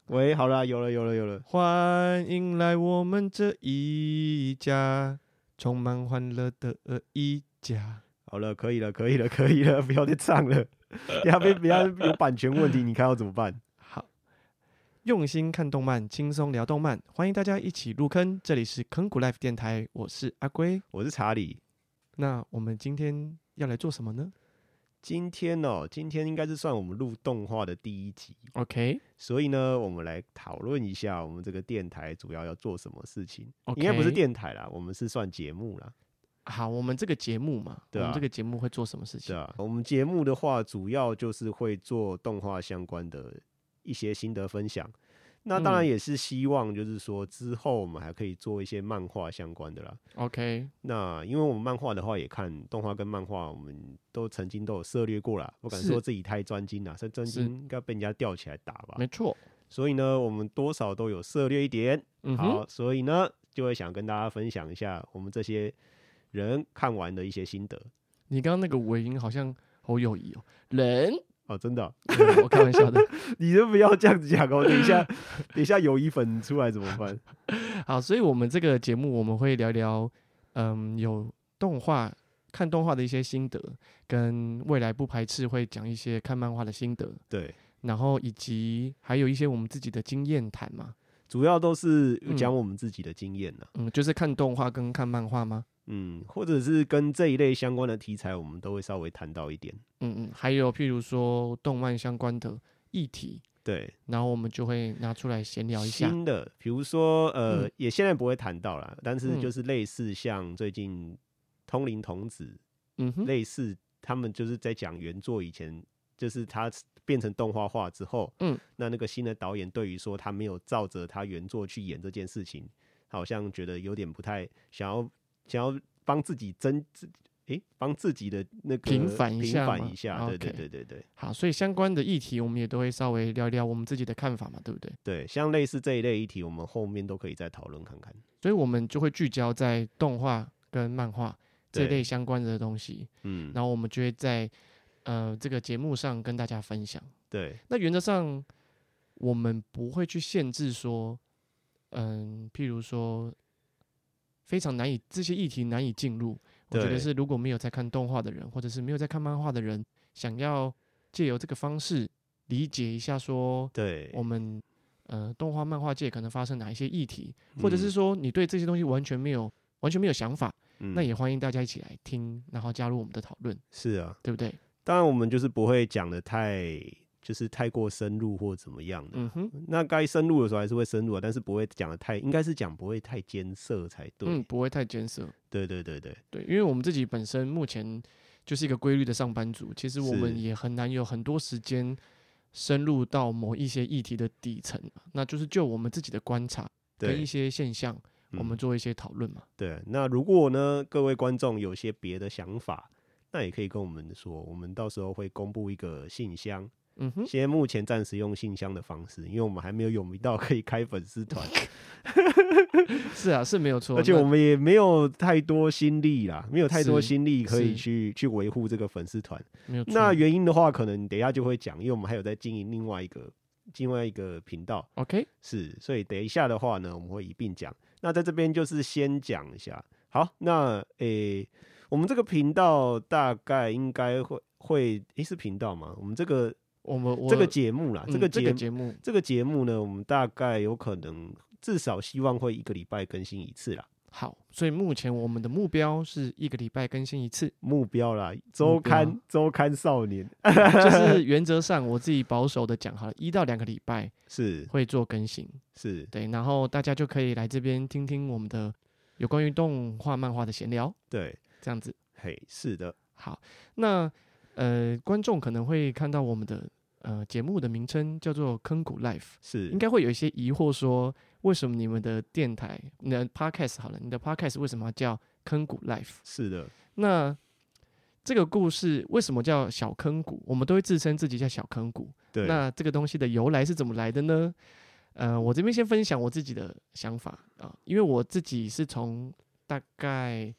喂，好了，有了。 欢迎来我们这一家充满欢乐的一家。 好了，可以了，不要再唱了，不要有版权问题，你看要怎么办？ 好，用心看动漫，轻松聊动漫，欢迎大家一起入坑。这里是坑谷 Life 电台，我是阿龟， 我是查理。 那我们今天要来做什么呢？ 今天应该是算我们录动画的第一集 OK， 所以呢，我们来讨论一下我们这个电台主要要做什么事情。 OK 应该不是电台啦，我们是算节目啦。 好，我们这个节目嘛， 对啊， 我们这个节目会做什么事情？ 对啊，我们节目的话，主要就是会做动画相关的一些心得分享。那当然也是希望，就是说之后我们还可以做一些漫画相关的啦。 OK， 那因为我们漫画的话也看动画跟漫画，我们都曾经都有涉猎过啦，不敢说自己太专精啦，所以专精应该被人家吊起来打吧。 没错。 所以呢，我们多少都有涉猎一点。好，所以呢，就会想跟大家分享一下我们这些人看完的一些心得。 你刚刚那个尾音好像好友谊哦，人哦，真的哦？ 我开玩笑的。 你就不要这样子讲哦，等一下友谊粉出来怎么办？ 好，所以我们这个节目我们会聊聊，有看动画的一些心得，跟未来不排斥会讲一些看漫画的心得， 对， 然后以及还有一些我们自己的经验谈嘛。 主要都是讲我们自己的经验啦。 就是看动画跟看漫画吗？ 或者是跟这一类相关的题材，我们都会稍微谈到一点。 还有譬如说动漫相关的议题， 对， 然后我们就会拿出来闲聊一下。 新的，比如说也现在不会谈到啦，但是就是类似像最近通灵童子，类似他们就是在讲原作以前，就是他变成动画化之后，那个新的导演对于说他没有照着他原作去演这件事情，好像觉得有点不太想要帮自己帮自己的那个平反一下， 对。 好，所以相关的议题我们也都会稍微聊聊我们自己的看法嘛，对不对？ 对，像类似这一类议题，我们后面都可以再讨论看看。 所以我们就会聚焦在动画跟漫画这一类相关的东西，然后我们就会在这个节目上跟大家分享。 对， 那原则上我们不会去限制说，譬如说非常难以这些议题难以进入。我觉得是如果没有在看动画的人，或者是没有在看漫画的人，想要借由这个方式理解一下说， 对， 我们动画漫画界可能发生哪一些议题，或者是说你对这些东西完全没有想法，那也欢迎大家一起来听，然后加入我们的讨论。 是啊， 对不对？ 当然我们就是不会讲的太过深入或怎么样的。那该深入的时候还是会深入啊，但是不会讲的应该是讲不会太艰涩才对。 不会太艰涩。 对， 因为我们自己本身目前就是一个规律的上班族，其实我们也很难有很多时间深入到某一些议题的底层，那就是就我们自己的观察跟一些现象，我们做一些讨论嘛。 对，那如果呢各位观众有些别的想法，那也可以跟我们说，我们到时候会公布一个信箱。现在目前暂时用信箱的方式，因为我们还没有有名到可以开粉丝团。 是啊，是没有错。 而且我们也没有太多心力啦，没有太多心力可以去维护这个粉丝团。 没有错。 那原因的话，可能等一下就会讲，因为我们还有在经营另外一个频道。 OK， 是，所以等一下的话呢，我们会一并讲。那在这边就是先讲一下。好，那我们这个频道大概应该会是频道吗？我们这个节目啦，这个节目呢，我们大概有可能至少希望会1个礼拜更新一次啦。 好，所以目前我们的目标是1个礼拜更新一次。 目标啦，周刊少年， 就是原则上我自己保守的讲好了，1到2个礼拜是会做更新， 是对， 然后大家就可以来这边听听我们的有关于动画漫画的闲聊， 对， 这样子。 嘿，是的。 好，那观众可能会看到我们的节目的名称叫做坑谷 Life， 是应该会有一些疑惑说，为什么你们的电台，你的 podcast 好了，你的 podcast 为什么要叫坑谷 Life？ 是的，那这个故事为什么叫小坑谷？我们都会自称自己叫小坑谷。对，那这个东西的由来是怎么来的呢？我这边先分享我自己的想法啊，因为我自己是从大概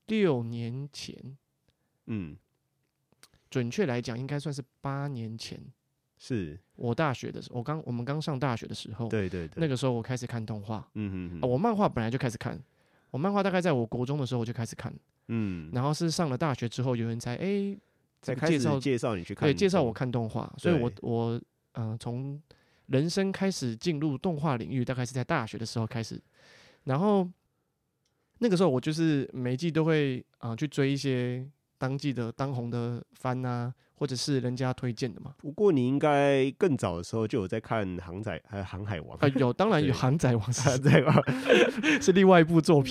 6年前，准确来讲应该算是8年前是我大学的时候，我们刚上大学的时候， 对对对， 那个时候我开始看动画。 嗯我漫画本来就开始看，我漫画大概在我国中的时候我就开始看，然后是上了大学之后，有人才开始介绍你去看， 对，介绍我看动画，所以我从人生开始进入动画领域，大概是在大学的时候开始，然后那个时候我就是每一季都会去追一些当季的当红的番啊，或者是人家推荐的嘛。 不过你应该更早的时候就有在看航仔还有航海王有，当然有航仔王是另外一部作品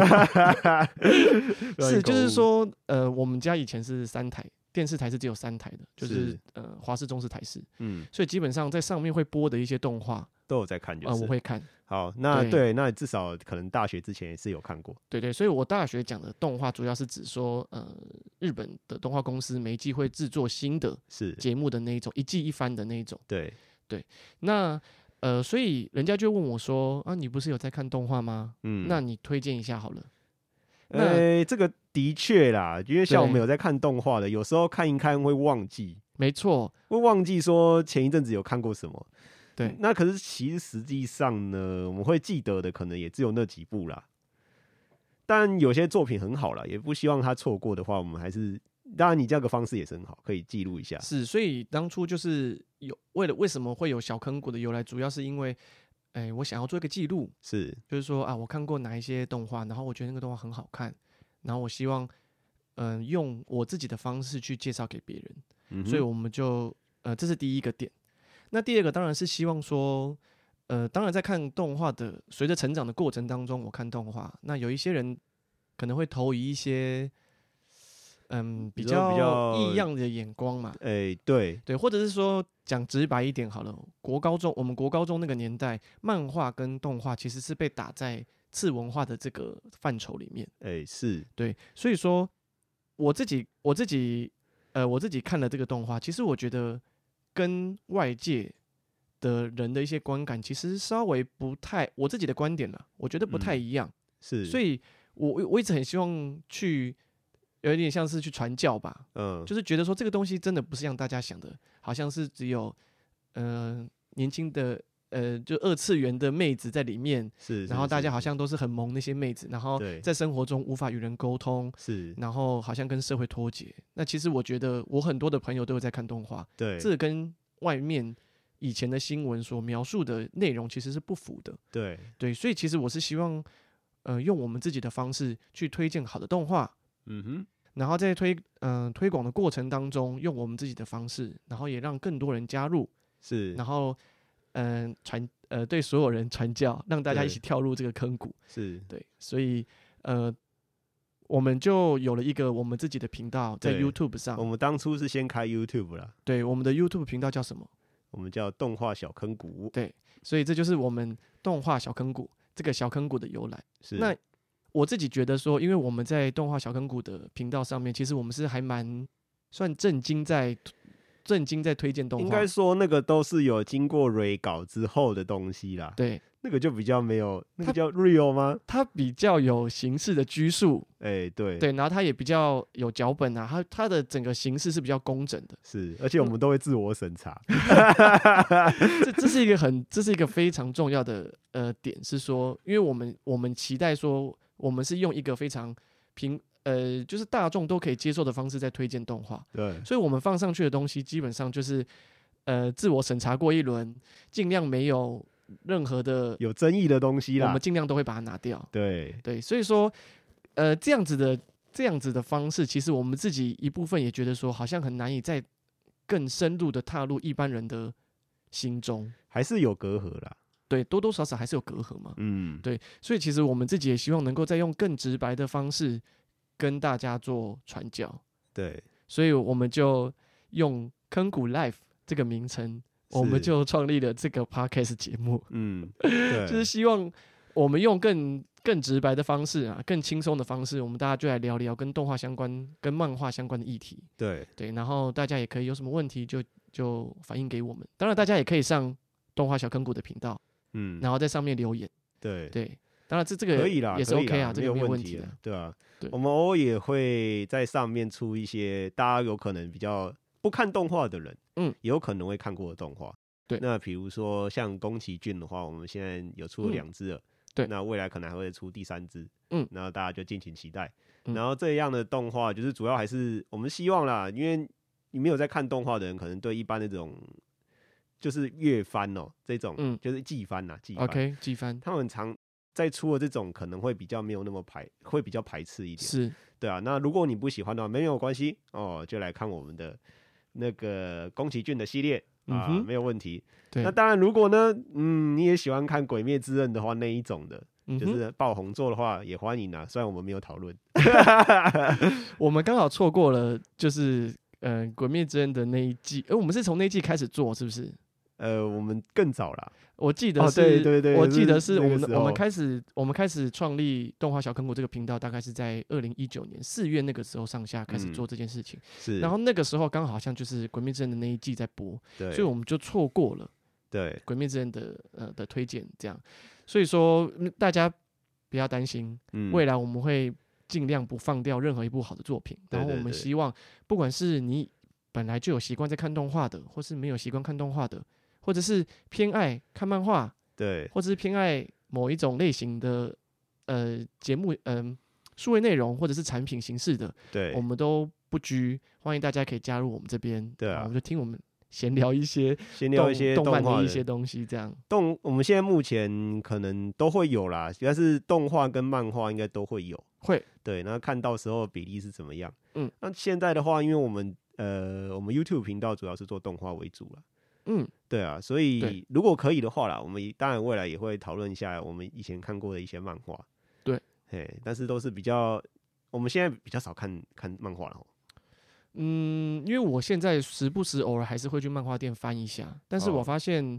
是就是说我们家以前是3台电视台，是只有3台的，就是华视、中视、台视，所以基本上在上面会播的一些动画都有在看，就是我会看。 好，那至少可能大学之前也是有看过。 对，所以我大学讲的动画主要是指说，日本的动画公司每一季会制作新的节目的那一种，一季一番的那一种。 对， 那所以人家就问我说啊，你不是有在看动画吗？那你推荐一下好了。 这个的确啦，因为像我们有在看动画的，有时候看一看会忘记， 没错， 会忘记说前一阵子有看过什么。 对， 那可是其实实际上呢，我们会记得的可能也只有那几部啦。但有些作品很好啦，也不希望他错过的话，我们还是当然你这个方式也是很好，可以记录一下。 是，所以当初就是为什么会有小坑谷的由来，主要是因为我想要做一个记录，就是说啊，我看过哪一些动画，然后我觉得那个动画很好看，然后我希望用我自己的方式去介绍给别人，所以我们就这是第一个点。那第二个当然是希望说，当然在看动画的随着成长的过程当中，我看动画，那有一些人可能会投以一些比较异样的眼光嘛， 对， 或者是说讲直白一点好了，我们国高中那个年代，漫画跟动画其实是被打在次文化的这个范畴里面， 是对，所以说我自己看了这个动画，其实我觉得跟外界的人的一些观感其实稍微不太，我自己的观点啦，我觉得不太一样，所以我一直很希望去有点像是去传教吧，就是觉得说这个东西真的不是像大家想的，好像是只有年轻的就2次元的妹子在里面，然后大家好像都是很萌那些妹子，然后在生活中无法与人沟通，然后好像跟社会脱节。那其实我觉得我很多的朋友都有在看动画，这个跟外面以前的新闻所描述的内容其实是不符的。对，所以其实我是希望用我们自己的方式去推荐好的动画，然后在推广的过程当中，用我们自己的方式，然后也让更多人加入，然后对所有人传教，让大家一起跳入这个坑谷。对，所以我们就有了一个我们自己的频道在 YouTube 上。 我们当初是先开 YouTube 啦。 对，我们的 YouTube 频道叫什么？ 我们叫动画小坑谷。 对，所以这就是我们动画小坑谷这个小坑谷的由来。那我自己觉得说，因为我们在动画小坑谷的频道上面，其实我们是还蛮算正经在推荐动画， 应该说那个都是有经过蕊稿之后的东西啦。 对， 那个就比较没有，那个叫 real 吗？ 它比较有形式的拘束， 对， 然后它也比较有脚本啊，它的整个形式是比较工整的， 而且我们都会自我审查。 这是一个非常重要的点，是说，因为我们期待说，我们是用一个非常就是大众都可以接受的方式在推荐动画， 对， 所以我们放上去的东西基本上就是自我审查过一轮，尽量没有任何的有争议的东西啦， 我们尽量都会把它拿掉。 对， 所以说这样子的方式，其实我们自己一部分也觉得说，好像很难以再更深入的踏入一般人的心中， 还是有隔阂啦。 对，多多少少还是有隔阂嘛。对，所以其实我们自己也希望能够再用更直白的方式跟大家做传教。 对， 所以我们就用坑谷 Life 这个名称，我们就创立了这个 Podcast 节目。 对， 就是希望我们用更直白的方式啊，更轻松的方式，我们大家就来聊聊跟动画相关、跟漫画相关的议题。对，然后大家也可以有什么问题就反映给我们。当然，大家也可以上动画小坑谷的频道，然后在上面留言。对，当然这个可以啦， 也是 OK 啊， 这个没有问题的，对啊。我们偶尔也会在上面出一些大家有可能比较不看动画的人，也有可能会看过的动画。 对， 那比如说像宫崎骏的话，我们现在有出了2支了， 对， 那未来可能还会出第3支，然后大家就敬请期待。然后这样的动画，就是主要还是我们希望啦，因为你没有在看动画的人，可能对一般那种就是月番这种，就是季番 ，OK， 季番， 他们常在出的这种可能会比较没有那么会比较排斥一点， 是， 对啊。那如果你不喜欢的话，没有关系就来看我们的那个宫崎骏的系列没有问题。那当然，如果呢，你也喜欢看《鬼灭之刃》的话，那一种的。就是爆红作的话，也欢迎啊。虽然我们没有讨论， 我们刚好错过了，就是《鬼灭之刃》的那一季，我们是从那一季开始做，是不是？ 我们更早啦。 我记得是， 对， 我记得是我们开始创立动画小坑谷这个频道，大概是在2019年4月那个时候上下开始做这件事情。 是， 然后那个时候刚好像就是《鬼灭之刃》的那一季在播，所以我们就错过了对《鬼灭之刃》的推荐，这样。所以说大家不要担心，未来我们会尽量不放掉任何一部好的作品。然后我们希望，不管是你本来就有习惯在看动画的，或是没有习惯看动画的，或者是偏爱看漫画， 对， 或者是偏爱某一种类型的节目，数位内容或者是产品形式的， 对， 我们都不拘，欢迎大家可以加入我们这边。 对啊， 我们就听我们闲聊一些动漫的一些东西，这样我们现在目前可能都会有啦，但是动画跟漫画应该都会有，对，那看到时候比例是怎么样？那现在的话，因为我们 YouTube 频道主要是做动画为主啦，对啊，所以如果可以的话啦，我们当然未来也会讨论一下我们以前看过的一些漫画， 对， 但是都是我们现在比较少看漫画了。 因为我现在时不时偶尔还是会去漫画店翻一下，但是我发现，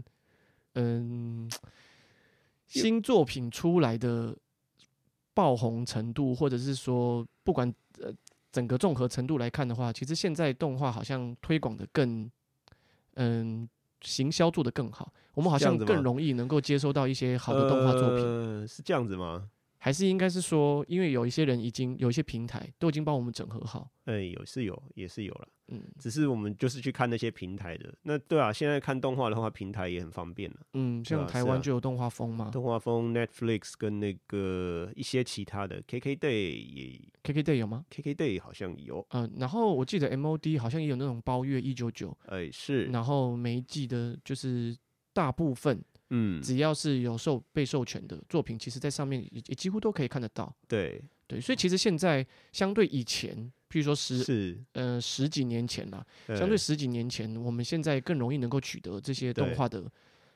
新作品出来的爆红程度，或者是说不管整个综合程度来看的话，其实现在动画好像推广的更，行销做的更好，我们好像更容易能够接收到一些好的动画作品， 是这样子吗？ 还是应该是说，因为有一些人有一些平台都已经帮我们整合好， 也是有了，只是我们就是去看那些平台的。那对啊，现在看动画的话，平台也很方便了。 像台湾就有动画风嘛， 动画风 Netflix 跟那个一些其他的 KKday 有吗 ？KKday 好像有， 然后我记得 MOD 好像也有那种包月199， 是， 然后每一季的就是大部分。只要是有被授权的作品，其实在上面也几乎都可以看得到。 对， 所以其实现在相对以前，譬如说十几年前啦，相对10几年前，我们现在更容易能够取得这些动画的，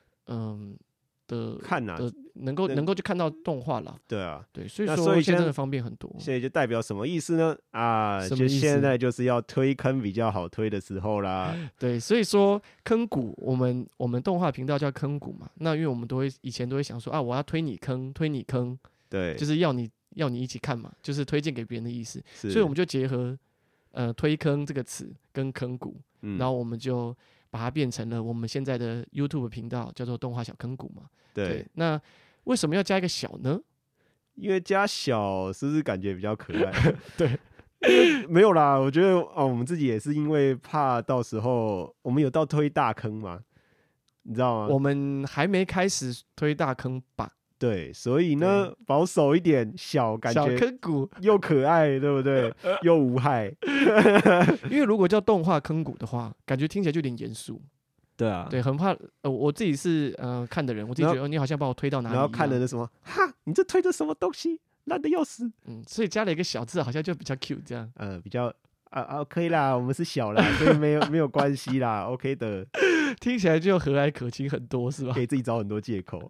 能够去看到动画啦。 对啊， 对，所以说现在真的方便很多。 所以就代表什么意思呢？就现在就是要推坑比较好推的时候啦。 对，所以说坑谷，我们动画频道叫坑谷嘛。那因为我们以前都会想说我要推你坑， 对， 就是要你一起看嘛，就是推荐给别人的意思。所以我们就结合推坑这个词跟坑谷，然后我们就把它变成了我们现在的 YouTube 频道，叫做动画小坑谷嘛。对，那为什么要加一个小呢？ 因为加小是不是感觉比较可爱？ 对， 没有啦，我觉得我们自己也是因为怕到时候我们有到推大坑嘛，你知道吗？ 我们还没开始推大坑吧？ 对，所以呢，保守一点，感觉小坑谷又可爱，对不对？又无害。 因为如果叫动画坑谷的话，感觉听起来就有点严肃。 对啊， 对，很怕。我自己是看的人，我自己觉得你好像把我推到哪里， 然后看的那什么，你这推的什么东西，烂的要死。 所以加了一个小字，好像就比较 cute 这样。 比较OK 啦，我们是小啦，所以没有关系啦，OK 的。 听起来就和蔼可亲很多，是吧？ 给自己找很多借口。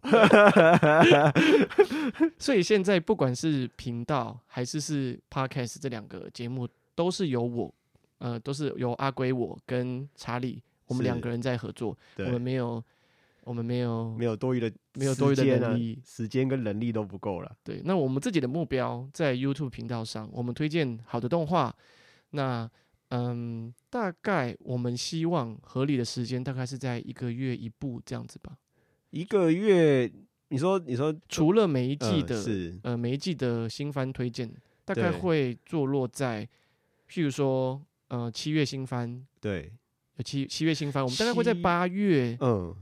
所以现在不管是频道还是 Podcast 这2个节目，都是由阿龟我跟查理，我们2个人在合作。我们没有多余的能力， 时间跟能力都不够了。 对，那我们自己的目标在 YouTube 频道上，我们推荐好的动画。那大概我们希望合理的时间大概是在1个月1部这样子吧。 1个月，你说， 除了每一季的每一季的新番推荐，大概会坐落在，譬如说7月新番， 对， 有七月新番，我们大概会在8月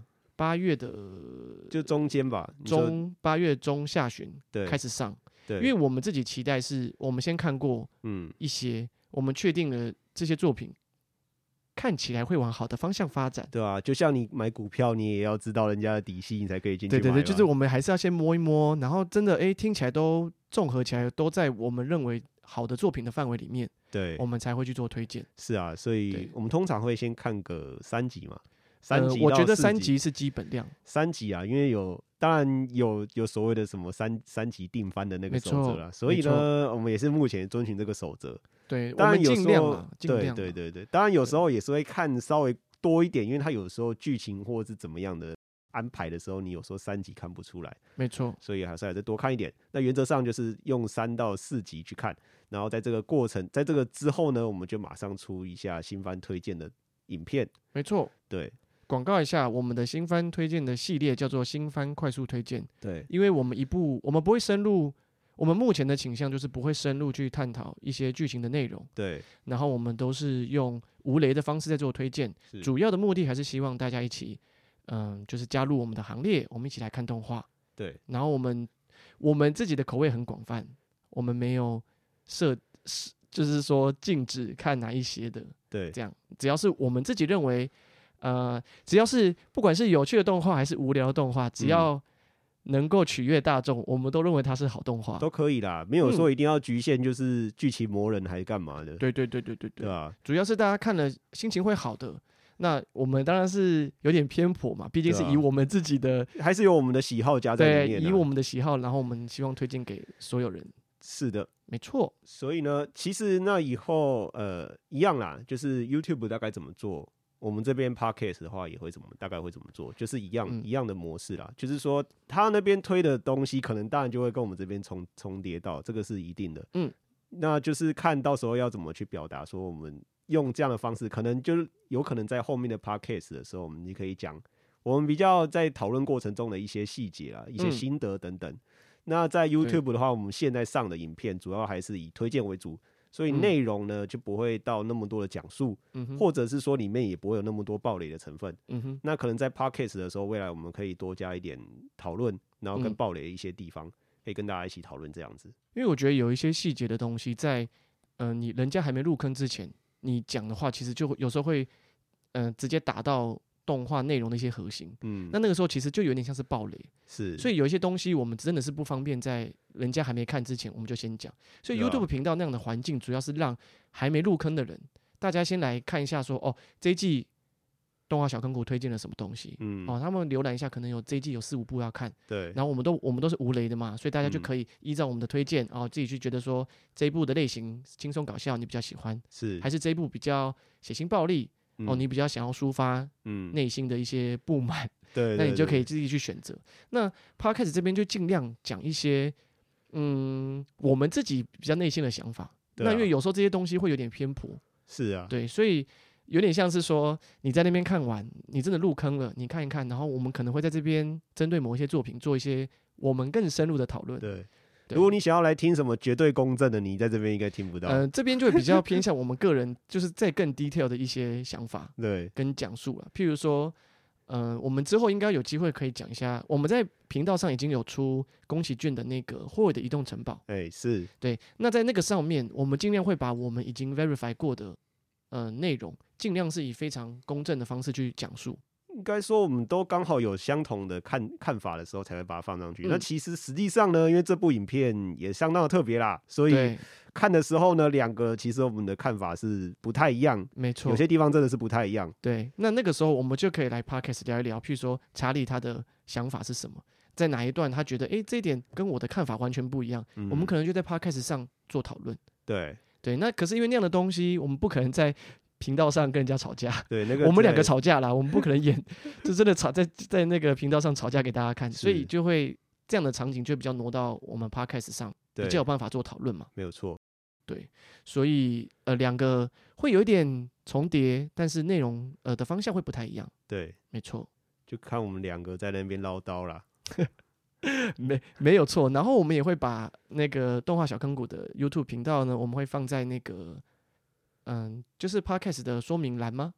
，8月的就中间吧 ，8月中下旬开始上。对，因为我们自己期待是我们先看过一些，我们确定了这些作品看起来会往好的方向发展。 对啊，就像你买股票，你也要知道人家的底细，你才可以进去买。 对，就是我们还是要先摸一摸，然后真的听起来都综合起来都在我们认为好的作品的范围里面，对，我们才会去做推荐。 是啊，所以我们通常会先看个3集嘛，3集到4集， 我觉得3集是基本量。 3集啊，因为当然有所谓的什么三集定番的那个守则啦，所以呢，我们也是目前遵循这个守则。 对， 当然有时候对，当然有时候也是会看稍微多一点，因为它有时候剧情或是怎么样的安排的时候，你有时候3集看不出来， 没错， 所以还是要再多看一点。那原则上就是用3到4集去看，然后在这个过程，在这个之后呢，我们就马上出一下新番推荐的影片。 没错， 对。 广告一下，我们的新番推荐的系列叫做新番快速推荐。 对， 因为我们不会深入，我们目前的倾向就是不会深入去探讨一些剧情的内容。 对， 然后我们都是用无雷的方式在做推荐，主要的目的还是希望大家一起，就是加入我们的行列，我们一起来看动画。 对， 然后我们自己的口味很广泛，我们没有就是说禁止看哪一些的。 对， 这样只要是我们自己认为。只要是不管是有趣的动画还是无聊的动画，只要能够取悦大众，我们都认为它是好动画， 都可以啦，没有说一定要局限就是剧情魔人还是干嘛的。 对，对啊，主要是大家看了心情会好的。那我们当然是有点偏颇嘛，毕竟是以我们自己的， 还是有我们的喜好加在里面， 以我们的喜好，然后我们希望推荐给所有人。 是的， 没错。 所以呢，其实那以后一样啦，就是 YouTube 大概怎么做。我们这边 podcast 的话也会大概会怎么做，就是一样的模式啦。就是说，他那边推的东西，可能当然就会跟我们这边重叠到，这个是一定的。那就是看到时候要怎么去表达，说我们用这样的方式，可能就是有可能在后面的 podcast 的时候，我们就可以讲我们比较在讨论过程中的一些细节啦，一些心得等等。那在 YouTube 的话，我们现在上的影片主要还是以推荐为主。所以内容呢就不会到那么多的讲述，或者是说里面也不会有那么多爆雷的成分。那可能在 Podcast 的时候，未来我们可以多加一点讨论，然后跟爆雷的一些地方，可以跟大家一起讨论这样子。 因为我觉得有一些细节的东西在，你人家还没入坑之前，你讲的话其实就有时候会，直接打到动画内容的一些核心。那个时候其实就有点像是爆雷。 是， 所以有一些东西我们真的是不方便在人家还没看之前我们就先讲，所以 YouTube 频道那样的环境主要是让还没入坑的人，大家先来看一下说，这一季动画小坑谷推荐了什么东西，他们浏览一下，可能有这一季有4-5部要看， 对， 然后我们都是无雷的嘛，所以大家就可以依照我们的推荐，自己去觉得说这一部的类型轻松搞笑你比较喜欢，还是这一部比较血腥暴力，你比较想要抒发内心的一些不满。 对， 那你就可以自己去选择。那 Podcast 这边就尽量讲一些，我们自己比较内心的想法。那因为有时候这些东西会有点偏颇。 是啊。 对，所以有点像是说，你在那边看完，你真的入坑了，你看一看，然后我们可能会在这边针对某一些作品做一些我们更深入的讨论。 对。如果你想要来听什么绝对公正的，你在这边应该听不到。 这边就会比较偏向我们个人，就是在更 detail 的一些想法， 对， 跟讲述了。譬如说，我们之后应该有机会可以讲一下，我们在频道上已经有出宫崎骏的那个霍尔的移动城堡。 是对。那在那个上面，我们尽量会把我们已经 verify 过的内容，尽量是以非常公正的方式去讲述。 应该说我们都刚好有相同的看法的时候才会把它放上去。那其实实际上呢，因为这部影片也相当的特别啦，所以看的时候呢，两个其实我们的看法是不太一样。 没错， 有些地方真的是不太一样。 对，那个时候我们就可以来 podcast 聊一聊，譬如说查理他的想法是什么，在哪一段他觉得这一点跟我的看法完全不一样，我们可能就在 podcast 上做讨论。 对， 那可是因为那样的东西，我们不可能在频道上跟人家吵架。 对，那个我们两个吵架啦，我们不可能演就真的吵在那个频道上吵架给大家看，所以就会这样的场景就比较挪到我们 podcast 上，比较有办法做讨论嘛。 没有错。 对，所以两个会有一点重叠，但是内容的方向会不太一样。 对， 没错， 就看我们两个在那边唠叨啦。 没有错。然后我们也会把那个动画小坑谷的 YouTube 频道呢，我们会放在那个就是 Podcast 的说明栏吗？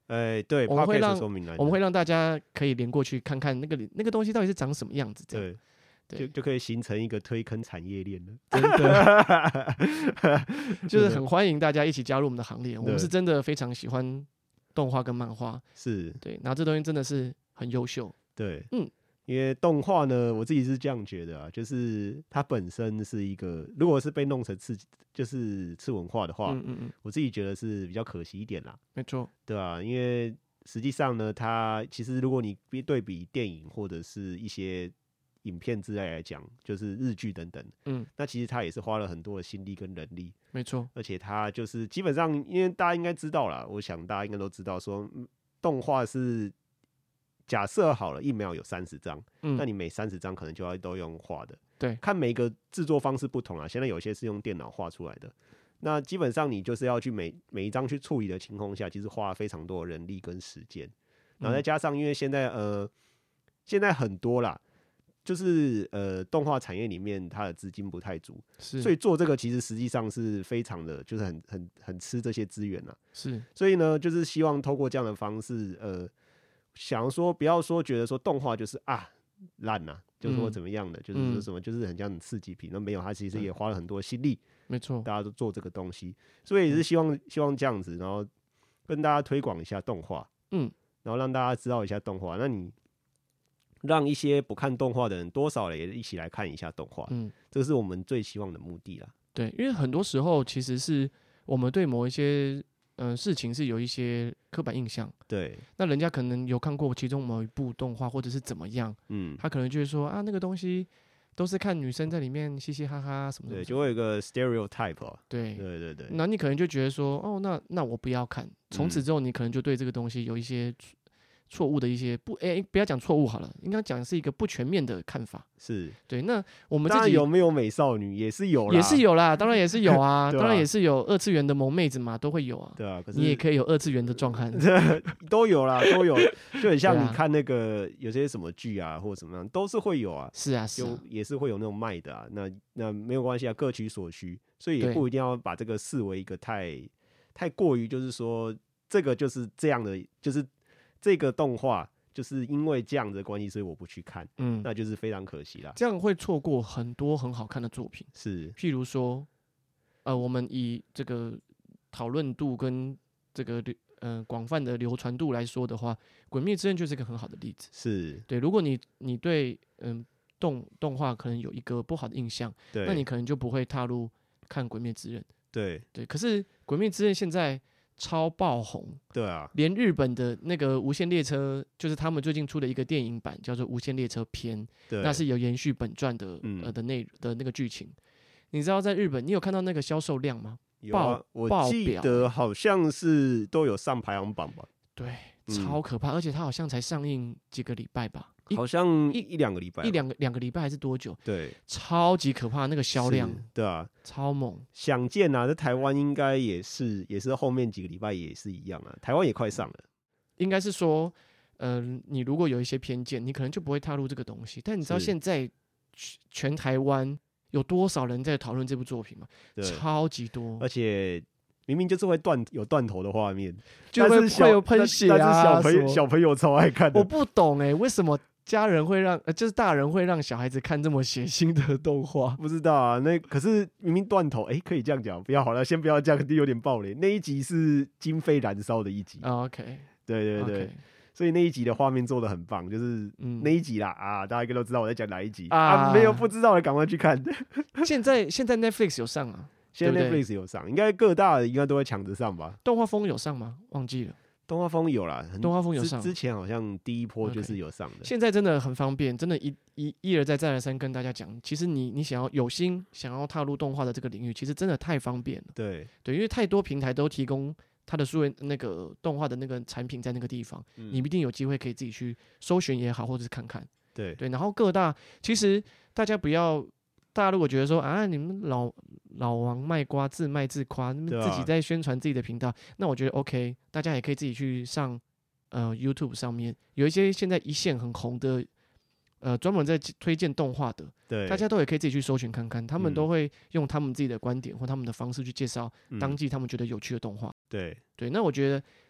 对， 我们会让大家可以连过去看看那个东西到底是长什么样子，这样对，就可以形成一个推坑产业链了。 真的，就是很欢迎大家一起加入我们的行列。我们是真的非常喜欢动画跟漫画， 是对，然后这东西真的是很优秀。 对，因为动画呢，我自己是这样觉得啊，就是它本身是一个，如果是被弄成就是次文化的话，我自己觉得是比较可惜一点啦。 没错， 对啊，因为实际上呢，它其实如果你对比电影或者是一些影片之类来讲，就是日剧等等，那其实它也是花了很多的心力跟人力。 没错， 而且它就是基本上，因为大家应该知道啦，我想大家应该都知道说，动画是。假设好了，1秒有30张，那你每30张可能就要都用画的。 对， 看每个制作方式不同啦。现在有些是用电脑画出来的，那基本上你就是要去每一张去处理的情况下，其实花了非常多的人力跟时间。然后再加上，因为现在很多啦，就是动画产业里面它的资金不太足，所以做这个其实实际上是非常的，就是很吃这些资源啦。 是， 所以呢，就是希望透过这样的方式，想要说不要说觉得说动画就是烂啊，就是说怎么样的，就是说什么就是很像很刺激品，那没有，他其实也花了很多心力， 没错， 大家都做这个东西，所以也是希望这样子，然后跟大家推广一下动画，然后让大家知道一下动画，那你让一些不看动画的人多少也一起来看一下动画，这是我们最希望的目的啦。 对，因为很多时候其实是我们对某一些事情是有一些刻板印象， 对， 那人家可能有看过其中某一部动画或者是怎么样，他可能就会说那个东西都是看女生在里面嘻嘻哈哈什么的， 对，就会有一个 stereotype， 对， 对， 那你可能就觉得说那我不要看，从此之后你可能就对这个东西有一些错误的一些不要讲错误好了，应该讲是一个不全面的看法。 是对，那我们自己有没有美少女也是有啦， 也是有啦，当然也是有啊，当然也是有二次元的萌妹子嘛，都会有啊。 对啊，可是你也可以有二次元的壮汉， 都有啦，都有，就很像你看那个有些什么剧啊，或者怎么样，都是会有啊。 是啊， 也是会有那种卖的啊。那没有关系啊，各取所需，所以也不一定要把这个视为一个太过于，就是说这个就是这样的，就是这个动画。就是因为这样的关系，所以我不去看，那就是非常可惜啦。 这样会错过很多很好看的作品， 是， 譬如说，我们以这个讨论度跟这个广泛的流传度来说的话，《鬼灭之刃》就是一个很好的例子。 是对，如果你对动画可能有一个不好的印象，那你可能就不会踏入看《鬼灭之刃》。对，可是《鬼灭之刃》现在超爆红， 对啊， 连日本的那个《无限列车》，就是他们最近出的一个电影版，叫做《无限列车篇》，那是有延续本传的的那个剧情。你知道在日本，你有看到那个销售量吗？ 有啊，我记得好像是都有上排行榜吧？ 对，超可怕，而且它好像才上映几个礼拜吧？ 好像一两个礼拜， 两个礼拜还是多久？ 对， 超级可怕那个销量， 对啊， 超猛。 想见啊，在台湾应该也是后面几个礼拜也是一样啊，台湾也快上了。 应该是说，你如果有一些偏见，你可能就不会踏入这个东西。但你知道现在全台湾有多少人在讨论这部作品吗？超级多， 而且明明就是会有断头的画面， 就会有喷血啊， 但是小朋友超爱看的。 我不懂为什么家人会就是大人会让小孩子看这么血腥的动画？ 不知道啊，可是明明断头，可以这样讲，不要好了，先不要这样，有点暴雷。那一集是经费燃烧的一集。 OK， 对， okay，所以那一集的画面做的很棒，就是那一集啦大家应该都知道我在讲哪一集没有不知道的赶快去看。 现在 Netflix 有上啊。 现在 Netflix 有上，应该各大的应该都会抢着上吧？ 动画风有上吗？忘记了。 动画风有啦， 动画风有上。 之前好像第一波就是有上的。 现在真的很方便，真的一而再再而三跟大家讲，其实你想要有心想要踏入动画的这个领域，其实真的太方便了。 对， 因为太多平台都提供它的数位那个动画的那个产品在那个地方，你一定有机会可以自己去搜寻也好，或者是看看。 对， 然后各大其实大家不要。大家如果觉得说你们老王卖瓜自卖自夸，自己在宣传自己的频道，那我觉得 OK， 大家也可以自己去上YouTube 上面有一些现在一线很红的专门在推荐动画的， 对， 大家都也可以自己去搜寻看看，他们都会用他们自己的观点或他们的方式去介绍当季他们觉得有趣的动画。 对， 那我觉得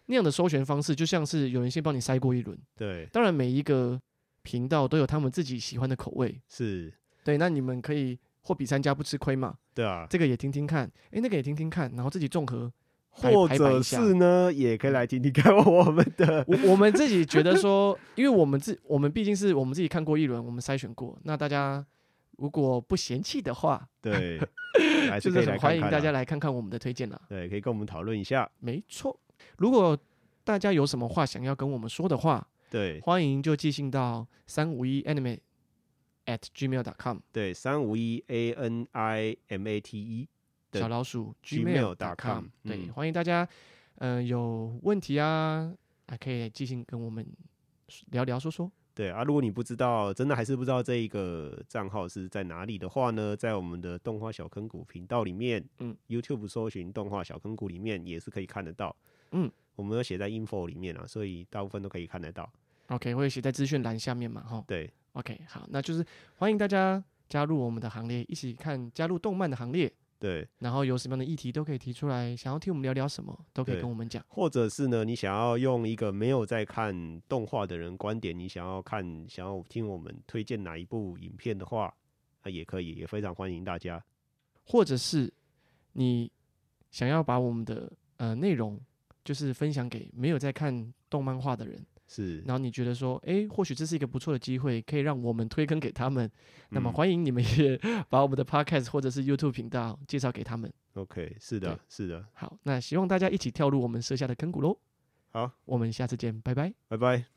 那样的搜寻方式，就像是有人先帮你筛过一轮。 对， 当然每一个频道都有他们自己喜欢的口味。 是， 对，那你们可以货比三家不吃亏嘛。 对啊， 这个也听听看，那个也听听看，然后自己综合。 或者是呢，也可以来听听看我们的。 我们自己觉得说，因为我们毕竟是我们自己看过一轮，我们筛选过。那大家如果不嫌弃的话， 对， 就是很欢迎大家来看看我们的推荐啦。 对，可以跟我们讨论一下。 没错，如果大家有什么话想要跟我们说的话， 对， 欢迎就寄信到351anime@gmail.com。 对，351ANIMATE。 小老鼠 gmail.com。对，欢迎大家，有问题啊，还可以寄信跟我们聊聊说说。 对啊，如果你不知道，真的还是不知道这一个账号是在哪里的话呢，在我们的动画小坑谷频道里面，YouTube 搜寻动画小坑谷里面也是可以看得到。我们有写在 info 里面啊，所以大部分都可以看得到。 OK， 会写在资讯栏下面嘛，哈。 对 ，OK， 好，那就是欢迎大家加入我们的行列，一起加入动漫的行列。 对， 然后有什么样的议题都可以提出来，想要听我们聊聊什么，都可以跟我们讲。 或者是呢，你想要用一个没有在看动画的人观点，你想要听我们推荐哪一部影片的话，也可以，也非常欢迎大家。 或者是你想要把我们的内容，就是分享给没有在看动漫画的人。 是， 然后你觉得说，或许这是一个不错的机会，可以让我们推坑给他们。那么欢迎你们也把我们的 Podcast 或者是 YouTube 频道介绍给他们。 OK， 是的，是的。 好，那希望大家一起跳入我们设下的坑谷喽。 好， 我们下次见，拜拜， 拜拜。